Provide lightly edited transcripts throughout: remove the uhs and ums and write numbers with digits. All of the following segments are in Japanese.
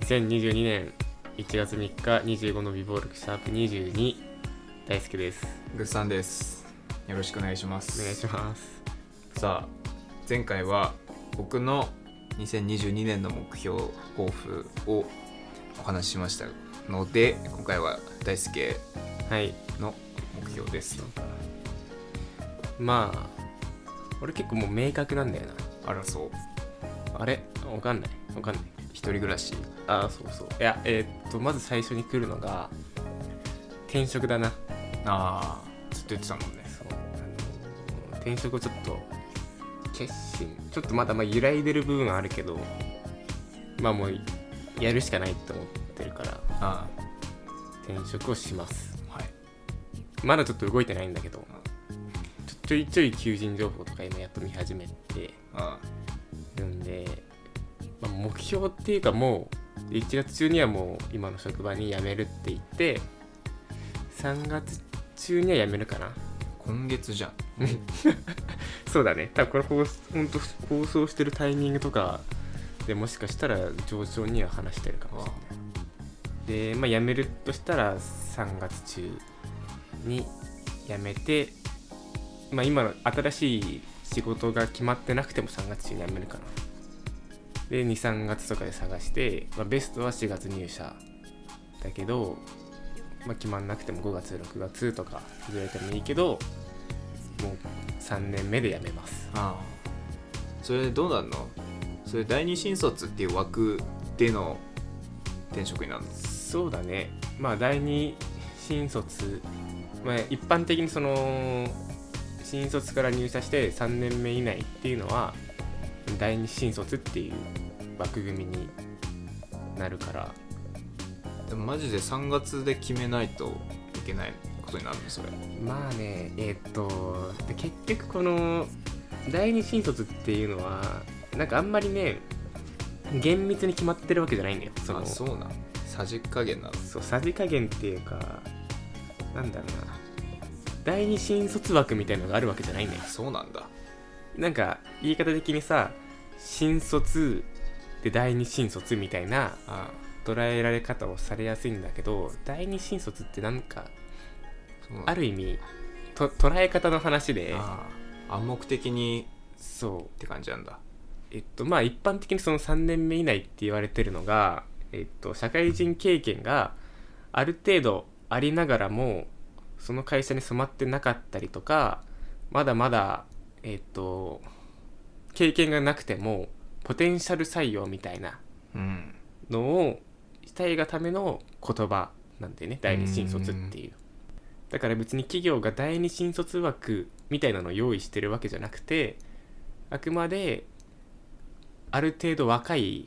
2022年1月3日25の微暴録シャープ22大輔です。 グッさんです。よろしくお願いします。 お願いします。 さあ、前回は僕の2022年の目標抱負をお話ししましたので、今回は大輔の目標です。 まあ俺結構もう明確なんだよな。 あら、そう。 あれわかんない一人暮らし。 そういやまず最初に来るのが転職だな。 ずっと言ってたもんね。 そう、転職をちょっと決心ちょっとまだ揺らいでる部分はあるけど、まあもうやるしかないと思ってるから転職をします。 はい。 まだちょっと動いてないんだけど、ちょいちょい求人情報とか今やっと見始めてるんで、目標っていうかもう1月中にはもう今の職場に辞めるって言って3月中には辞めるかな。 今月じゃん。 そうだね。多分これ放送してるタイミングとかでもしかしたら上昇には話してるかもしれない。で、辞めるとしたら3月中に辞めて、今の新しい仕事が決まってなくても3月中に辞めるかな。で 2,3 月とかで探して、ベストは4月入社だけど、決まんなくても5月6月とかずれてもいいけど、もう3年目で辞めます。 それどうなんの？それ第二新卒っていう枠での転職になるの？ そうだね。第二新卒、一般的にその新卒から入社して3年目以内っていうのは第二新卒っていう枠組みになるから。 でもマジで3月で決めないといけないことになるのそれ？ で結局この第二新卒っていうのはあんまりね厳密に決まってるわけじゃないんだよ。 そうなん。さじ加減なの？ そう、さじ加減っていうか、なんだろうな、第二新卒枠みたいなのがあるわけじゃないんだよ。 そうなんだ。 言い方的にさ、新卒で第二新卒みたいな捉えられ方をされやすいんだけど、第二新卒ってある意味捉え方の話で、 暗黙的にそうって感じなんだ。 一般的にその3年目以内って言われてるのが、社会人経験がある程度ありながらもその会社に染まってなかったりとか、まだまだ経験がなくてもポテンシャル採用みたいなのをしたいがための言葉なんでね、第二新卒っていう。だから別に企業が第二新卒枠みたいなのを用意してるわけじゃなくて、あくまである程度若い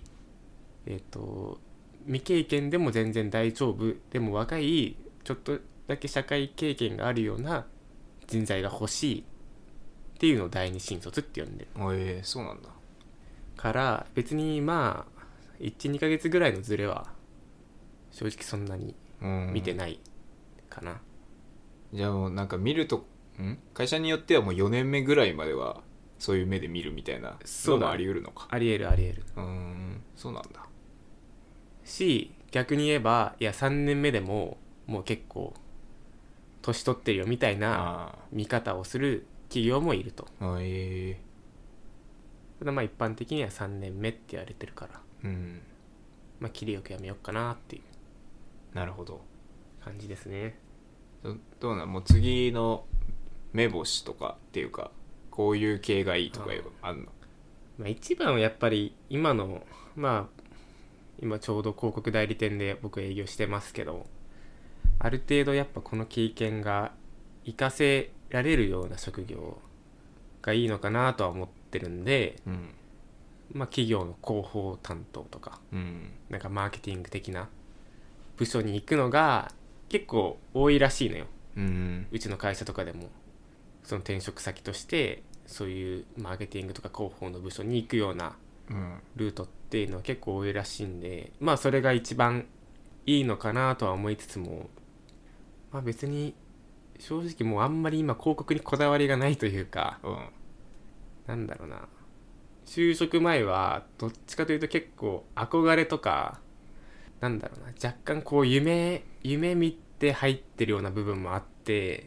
未経験でも全然大丈夫、でも若いちょっとだけ社会経験があるような人材が欲しいっていうのを第二新卒って呼んでる。 そうなんだ。 から別に1,2 ヶ月ぐらいのズレは正直そんなに見てないかな。 じゃあもう見ると会社によってはもう4年目ぐらいまではそういう目で見るみたいなのもあり得るのか。 あり得る。 そうなんだし、逆に言えばいや3年目でももう結構年取ってるよみたいな見方をする企業もいると。ただ一般的には3年目って言われてるから、切りよくやめようかなっていう。 なるほど。 感じですね。 どうなん？もう次の目星とかっていうか、こういう系がいいとかあるの？ 一番はやっぱり今の今ちょうど広告代理店で僕営業してますけど、ある程度やっぱこの経験が活かせられるような職業がいいのかなとは思ってるんで、企業の広報担当とか、マーケティング的な部署に行くのが結構多いらしいのよ。うちの会社とかでもその転職先としてそういうマーケティングとか広報の部署に行くようなルートっていうのは結構多いらしいんで、それが一番いいのかなとは思いつつも、別に正直もうあんまり今広告にこだわりがないというか、なんだろうな、就職前はどっちかというと結構憧れとかなんだろうな、若干こう夢見て入ってるような部分もあって、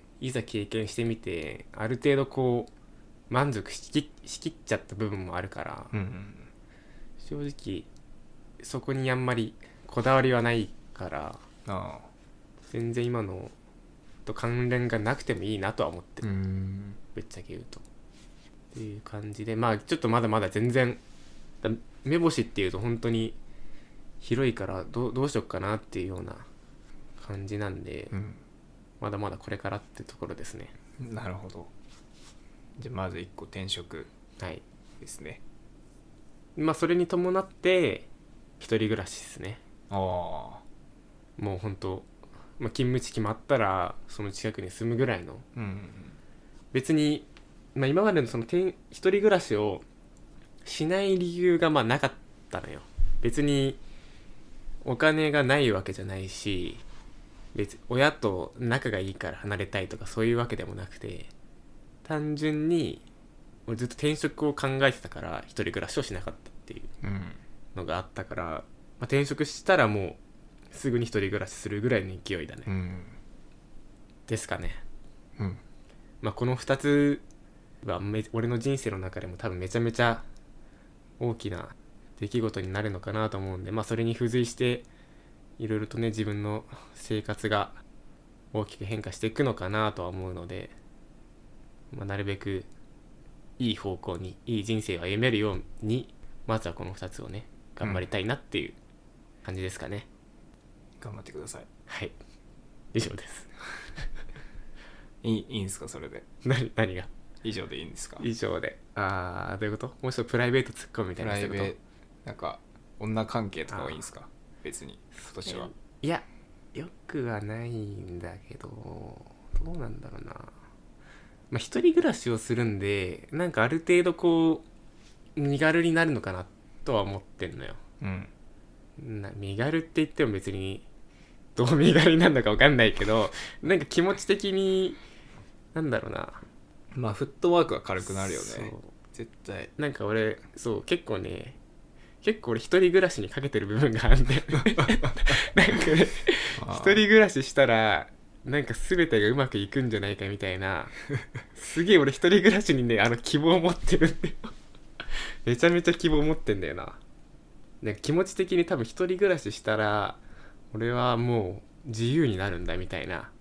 いざ経験してみてある程度こう満足しきっちゃった部分もあるから、 うんうん、 正直そこにあんまりこだわりはないから、全然今のと関連がなくてもいいなとは思ってる。ぶっちゃけ言うとっていう感じで、まあちょっとまだまだ全然目星っていうと本当に広いからどうしよっかなっていうような感じなんで、まだまだこれからってところですね。 なるほど。じゃあまず1個転職ですね。 まあそれに伴って一人暮らしですね。 もう本当、勤務地決まったらその近くに住むぐらいの、別に、今までのその一人暮らしをしない理由がなかったのよ。別にお金がないわけじゃないし、親と仲がいいから離れたいとかそういうわけでもなくて、単純に俺ずっと転職を考えてたから一人暮らしをしなかったっていうのがあったから、転職したらもうすぐに一人暮らしするぐらいの勢いだね、ですかね。この2つは俺の人生の中でも多分めちゃめちゃ大きな出来事になるのかなと思うんで、それに付随していろいろとね自分の生活が大きく変化していくのかなとは思うので、なるべくいい方向にいい人生を歩めるようにまずはこの2つをね頑張りたいなっていう感じですかね。 頑張ってください。 はい、以上ですいいんですかそれで。 何が以上でいいんですか？ 以上で。どういうこと？もうちょっとプライベート突っ込むみたいなこと？ プライベートなんか女関係とかはいいんですか？別に今年は。 いやよくはないんだけど、どうなんだろうな。一人暮らしをするんでなんかある程度こう身軽になるのかなとは思ってんのよ。身軽って言っても別にどう身軽になるのか分かんないけど、なんか気持ち的になんだろうな、 フットワークは軽くなるよね。絶対。 なんか俺結構俺一人暮らしにかけてる部分があるんでなんかね一人暮らししたらなんか全てがうまくいくんじゃないかみたいなすげえ俺一人暮らしにね希望を持ってるんだよめちゃめちゃ希望を持ってんだよな。なんか気持ち的に多分一人暮らししたら俺はもう自由になるんだみたいな、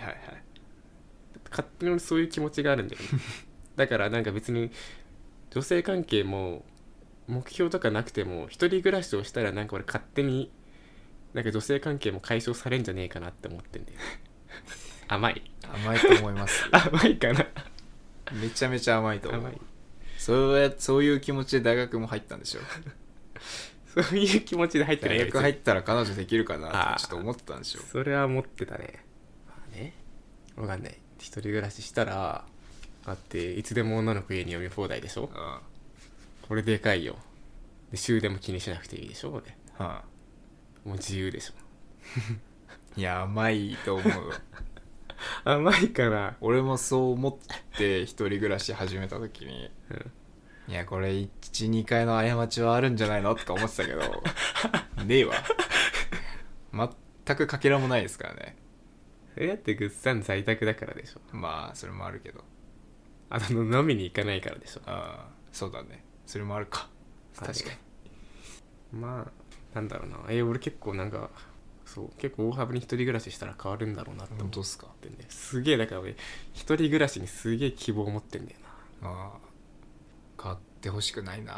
勝手にそういう気持ちがあるんだよねだからなんか別に女性関係も目標とかなくても一人暮らしをしたらなんか俺勝手になんか女性関係も解消されんじゃねえかなって思ってんだよ甘いと思います甘いかなめちゃめちゃ甘いと思う。そういう気持ちで大学も入ったんでしょそういう気持ちで入ってない。 大学入ったら彼女できるかなってちょっと思ってたんでしょ。 それは思ってたね。分かんない。一人暮らししたらっていつでも女の子家に読み放題でしょ。これでかいよ。で週でも気にしなくていいでしょ。俺もう自由でしょいや甘いと思う甘いかな。 俺もそう思って一人暮らし始めた時に、いやこれ 1,2 回の過ちはあるんじゃないのとか思ってたけどねえわ全くかけらもないですからね。 それだってぐっさん在宅だからでしょ。 それもあるけど飲みに行かないからでしょ。 そうだね、それもあるか。確かに。 なんだろうな、俺結構なんか結構大幅に一人暮らししたら変わるんだろうなって思ってんで、すげえだから俺一人暮らしにすげえ希望を持ってんだよな。 変わってほしくない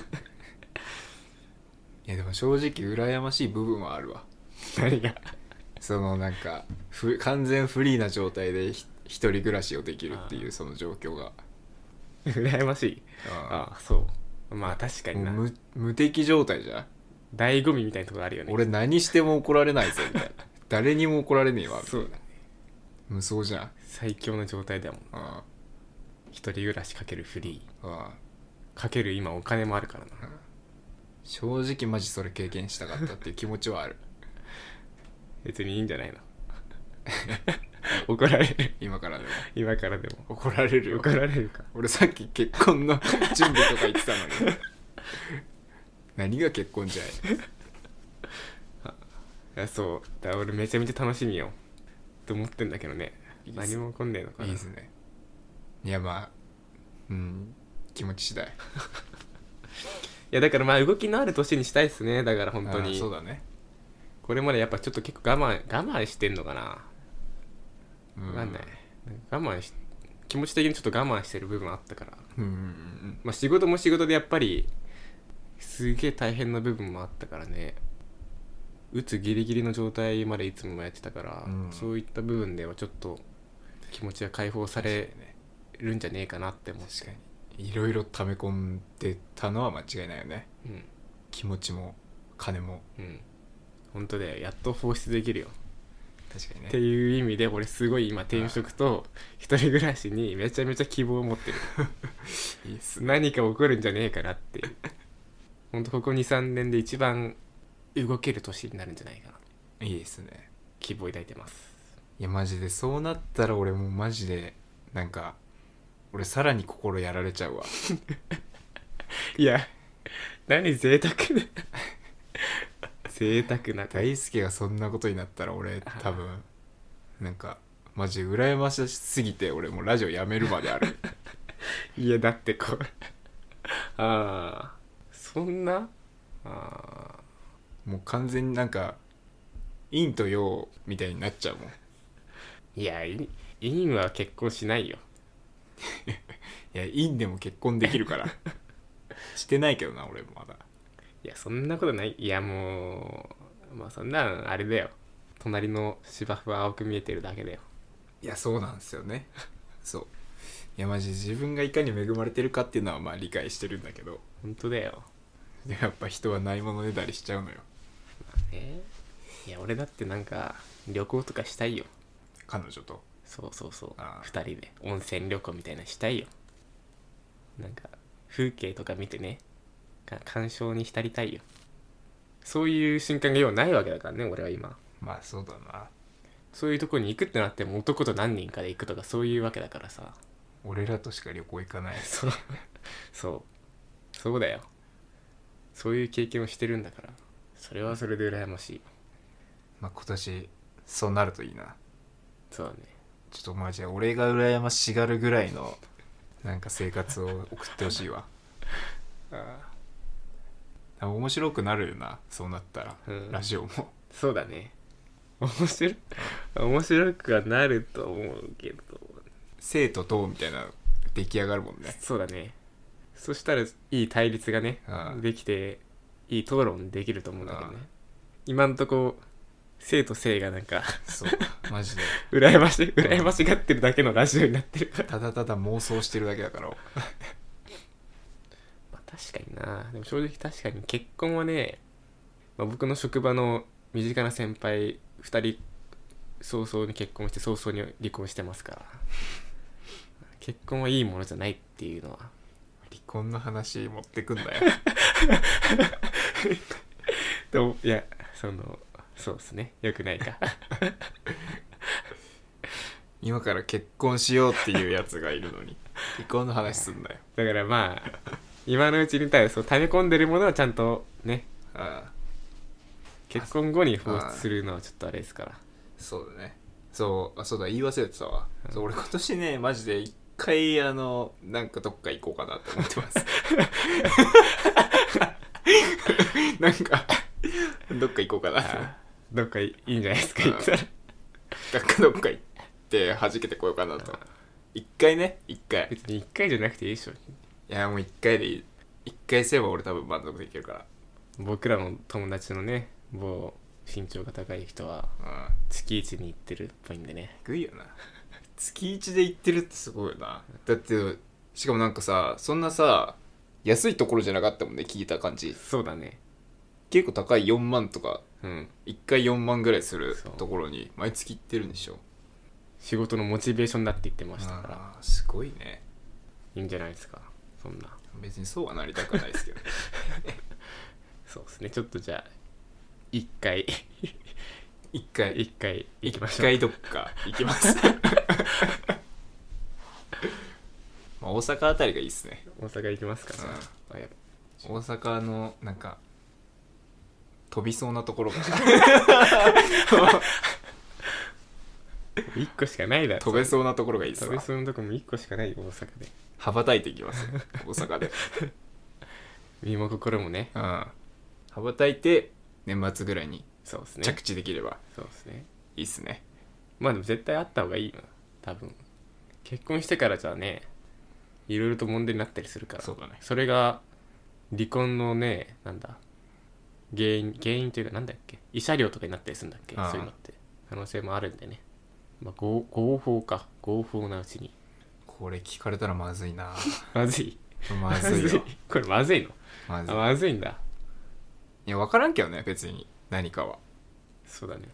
ないやでも正直羨ましい部分はあるわ。 何が？ なんか完全フリーな状態で一人暮らしをできるっていうその状況が羨ましい。そう、確かにな。 無敵状態じゃん。 醍醐味みたいなところあるよね。 俺何しても怒られないぞみたいな誰にも怒られねえわみたいな。無双じゃん。 最強の状態だもん。一人暮らしかけるフリーかける今お金もあるからな。 正直マジそれ経験したかったっていう気持ちはある別にいいんじゃないの怒られる。 今からでも怒られるか。 俺さっき結婚の準備とか言ってたのに何が結婚じゃいいやそうだから俺めちゃめちゃ楽しみよと思ってんだけどね。 いいです何も起こんねえのかな。 いいですね。いやまあ気持ち次第。 いやだからまあ動きのある年にしたいっすね。だから本当にそうだね。 これまでやっぱちょっと結構我慢してんのかな。分かんない。我慢し気持ち的にちょっと我慢してる部分あったから、まあ仕事も仕事でやっぱりすげえ大変な部分もあったからね。打つギリギリの状態までいつもやってたから、そういった部分ではちょっと気持ちが解放されるんじゃねえかなって思って。 確かにいろいろ溜め込んでたのは間違いないよね。気持ちも金も。 本当だよ。やっと放出できるよ。 確かにね。 っていう意味で俺すごい今転職と一人暮らしにめちゃめちゃ希望を持ってる。 いいっす。 何か起こるんじゃねえかなっていう。ほんとここ 2,3 年で一番動ける年になるんじゃないかな。 いいですね。 希望を抱いてます。 いやマジでそうなったら俺もマジでなんか俺さらに心やられちゃうわ。 いや何贅沢贅沢な。 大輔がそんなことになったら俺多分なんかマジ羨ましすぎて俺もうラジオやめるまである。 いやだってこれああそんなもう完全になんか陰と陽みたいになっちゃうもん。 いや陰は結婚しないよ。 いや陰でも結婚できるからしてないけどな俺もまだ。 いやそんなことない。いやもうまあそんなんあれだよ。隣の芝生は青く見えてるだけだよ。 いやそうなんですよね。そういやマジ自分がいかに恵まれてるかっていうのはまあ理解してるんだけど、 本当だよ。 でやっぱ人はないものねだりしちゃうのよ。 いや俺だってなんか旅行とかしたいよ。 彼女と。 そう2人で温泉旅行みたいなしたいよ。なんか風景とか見てね鑑賞に浸りたいよ。そういう瞬間が要はないわけだからね俺は今。 まあそうだな。 そういうとこに行くってなっても男と何人かで行くとかそういうわけだからさ。 俺らとしか旅行行かない。 そうだよ。そういう経験をしてるんだからそれはそれで羨ましい。 まあ今年そうなるといいな。 そうだね。 ちょっとマジで俺が羨ましがるぐらいのなんか生活を送ってほしいわ。面白くなるよなそうなったら、ラジオも。 そうだね。面白くはなると思うけど生と党みたいな出来上がるもんね。 そうだね。そしたらいい対立がねできていい討論できると思うんだけどね。今んとこ生と生がなんかそうマジで羨ましがってるだけのラジオになってるからただただ妄想してるだけだからまあ確かにな。でも正直確かに結婚はね、僕の職場の身近な先輩2人早々に結婚して早々に離婚してますから結婚はいいものじゃないっていうのは。 離婚の話持ってくんだよ。 でもいやそうですね。よくないか。 今から結婚しようっていうやつがいるのに離婚の話すんだよ。 だからまあ今のうちに溜め込んでるものはちゃんとね結婚後に放出するのはちょっとあれですから。 そうだね。そうだ言い忘れてたわ、そう俺今年ねマジで一回なんかどっか行こうかなって思ってますなんかどっか行こうかなって。 どっかいいんじゃないですか言ったら。 どっか行って弾けてこようかなと。一回別に1回じゃなくていいでしょ。 いやもう一回でいい。一回すれば俺多分満足できるから。 僕らの友達のね某身長が高い人は月1に行ってるっぽいんでね。 低いよな。月1で行ってるってすごいよな。だってしかもなんかさそんなさ安いところじゃなかったもんね聞いた感じ。 そうだね。 結構高い4万とか、1回4万ぐらいするところに毎月行ってるんでしょ。 仕事のモチベーションだって言ってましたから。 すごいね。 いいんじゃないですかそんな。 別にそうはなりたくないですけどそうですね。ちょっとじゃあ1回一回行きましょう。 一回どっか行きますまあ大阪あたりがいいっすね。 大阪行きますかじゃあ、 大阪のなんか飛びそうなところが 1個しかないだろ。 飛べそうなところがいいっすわ。 飛べそうなとこも1個しかないよ、大阪で。 羽ばたいていきます大阪で身も心もね。 うん、羽ばたいて年末ぐらいにそうですね。 着地できればそうですね。 いいっすね。 まあでも絶対あった方がいいよ、多分。結婚してからじゃね、いろいろと問題になったりするから。 そうだね。 それが離婚のね、なんだ、原因というか、なんだっけ、慰謝料とかになったりするんだっけ、そういうのって可能性もあるんでね。まあ、合法なうちに。 これ聞かれたらまずいなまずいまずいよこれまずいの？ まずい。 まずいんだ。 いや分からんけどね、別に何かは。 そうだね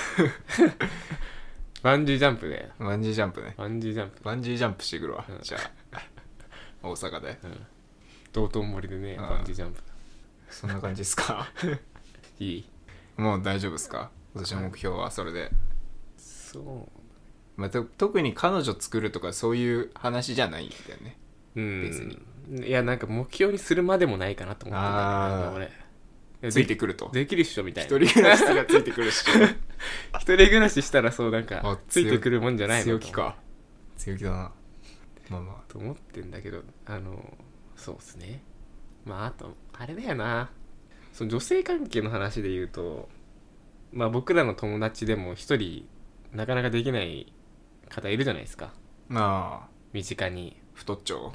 バンジージャンプで。 バンジージャンプね。 バンジージャンプ。 バンジージャンプしてくるわ、 うん、 じゃあ大阪で、 道頓堀でね、バンジージャンプ。 そんな感じですかいい？ もう大丈夫ですか？今年の目標はそれで。 そう、 まあ、特に彼女作るとかそういう話じゃないんだよね。 別に。いや、なんか目標にするまでもないかなと思ってんだよね、俺。 ついてくると。 できるっしょみたいな。 一人暮らしがついてくるっしょ一人暮らししたらそうなんかついてくるもんじゃないの？ 強気か。強気だな。まあまあと思ってんだけど、そうっすね。まああとあれだよな、その女性関係の話で言うと、まあ僕らの友達でも一人なかなかできない方いるじゃないですか。 まあ身近に太っちょ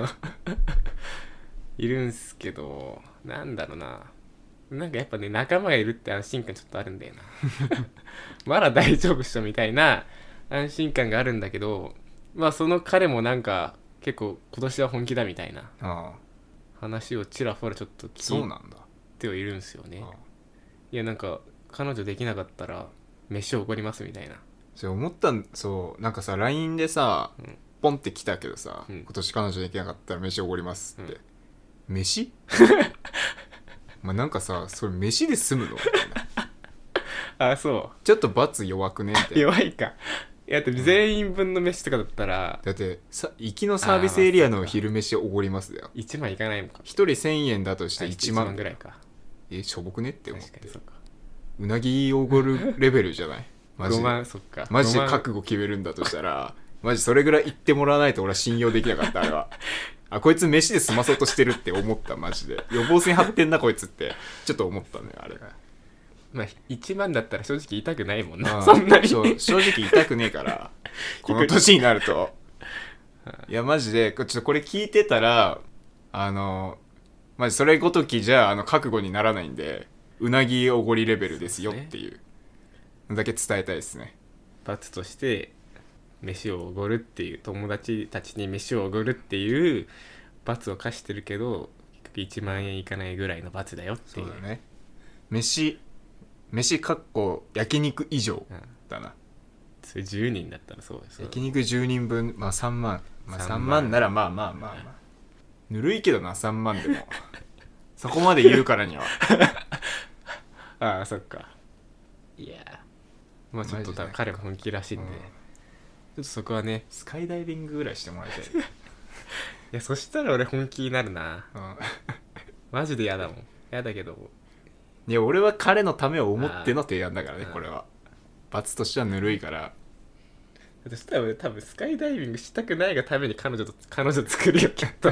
いるんすけど、なんだろうな、なんかやっぱね、仲間がいるって安心感ちょっとあるんだよなまだ大丈夫っしょみたいな安心感があるんだけど、まあその彼もなんか結構今年は本気だみたいな話をちらほらちょっと聞いてはいるんすよね。いや、なんか彼女できなかったら飯をおごりますみたいな。 そう思ったん。そうなんかさ LINE でさ、ポンって来たけどさ、今年彼女できなかったら飯おごりますって、飯まあなんかさ、それ飯で済むのみたいなあ、そうちょっと罰弱くねみたいな。 弱いか。いや、だって全員分の飯とかだったら、 だって行きのサービスエリアの昼飯おごりますだよ。 1万いかないのか。1 人1000円だとして1万ぐらいか。 しょぼくねって思って。 確かにそうか。 うなぎおごるレベルじゃないマジで。 5万、そっか。 マジで覚悟決めるんだとしたらマジそれぐらい言ってもらわないと俺は信用できなかったあれは。あ、こいつ飯で済まそうとしてるって思った。マジで予防線張ってんなこいつってちょっと思ったねあれ。 まあ1万だったら正直痛くないもんな、そんなに。 正直痛くねえからこの年になるといやマジでちょっとこれ聞いてたらマジそれごときじゃ覚悟にならないんで、うなぎおごりレベルですよっていうのだけ伝えたいですね。 罰として飯をおごるっていう、友達たちに飯をおごるっていう罰を課してるけど、結局1万円いかないぐらいの罰だよっていう。 そうだね。飯かっこ焼肉以上だな、 それ10人だったらそうです。 焼肉10人分、まあ3万、まあ、3万ならまあぬるいけどな3万でもそこまで言うからにはああ、そっか。いやまあちょっと多分彼も本気らしいんで、ちょっとそこはね、 スカイダイビングぐらいしてもらいたいいや、そしたら俺本気になるな、マジで嫌だもん。嫌だけど、 いや俺は彼のためを思っての提案だからね、これは罰としてはぬるいから。 そしたら俺多分スカイダイビングしたくないがために彼女作るよきっと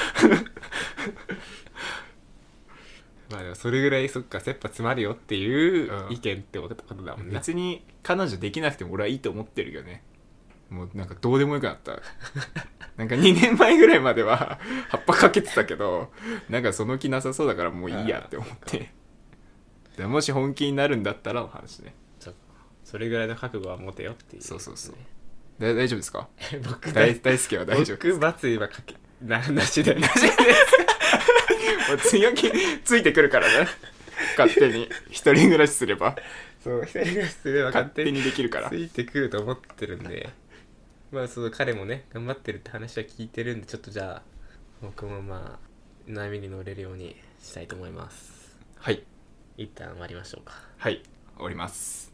まあでもそれぐらい、そっか、切羽詰まるよっていう意見ってことだもんね。 別に彼女できなくても俺はいいと思ってるよね。もうなんかどうでもよくなったなんか2年前ぐらいまでは葉っぱかけてたけど、なんかその気なさそうだからもういいやって思ってでもし本気になるんだったらの話ね。 それぐらいの覚悟は持てよっていう、ね、 そう大丈夫ですか僕大輔は大丈夫です。 僕罰今かけなしで強気ついてくるからね勝手に一人暮らしすれば。 そう、一人暮らしすれば勝手にできるからついてくると思ってるんでまあそう、彼もね頑張ってるって話は聞いてるんで、ちょっとじゃあ僕もまあ波に乗れるようにしたいと思います。 はい、 一旦終わりましょうか。 はい、終わります。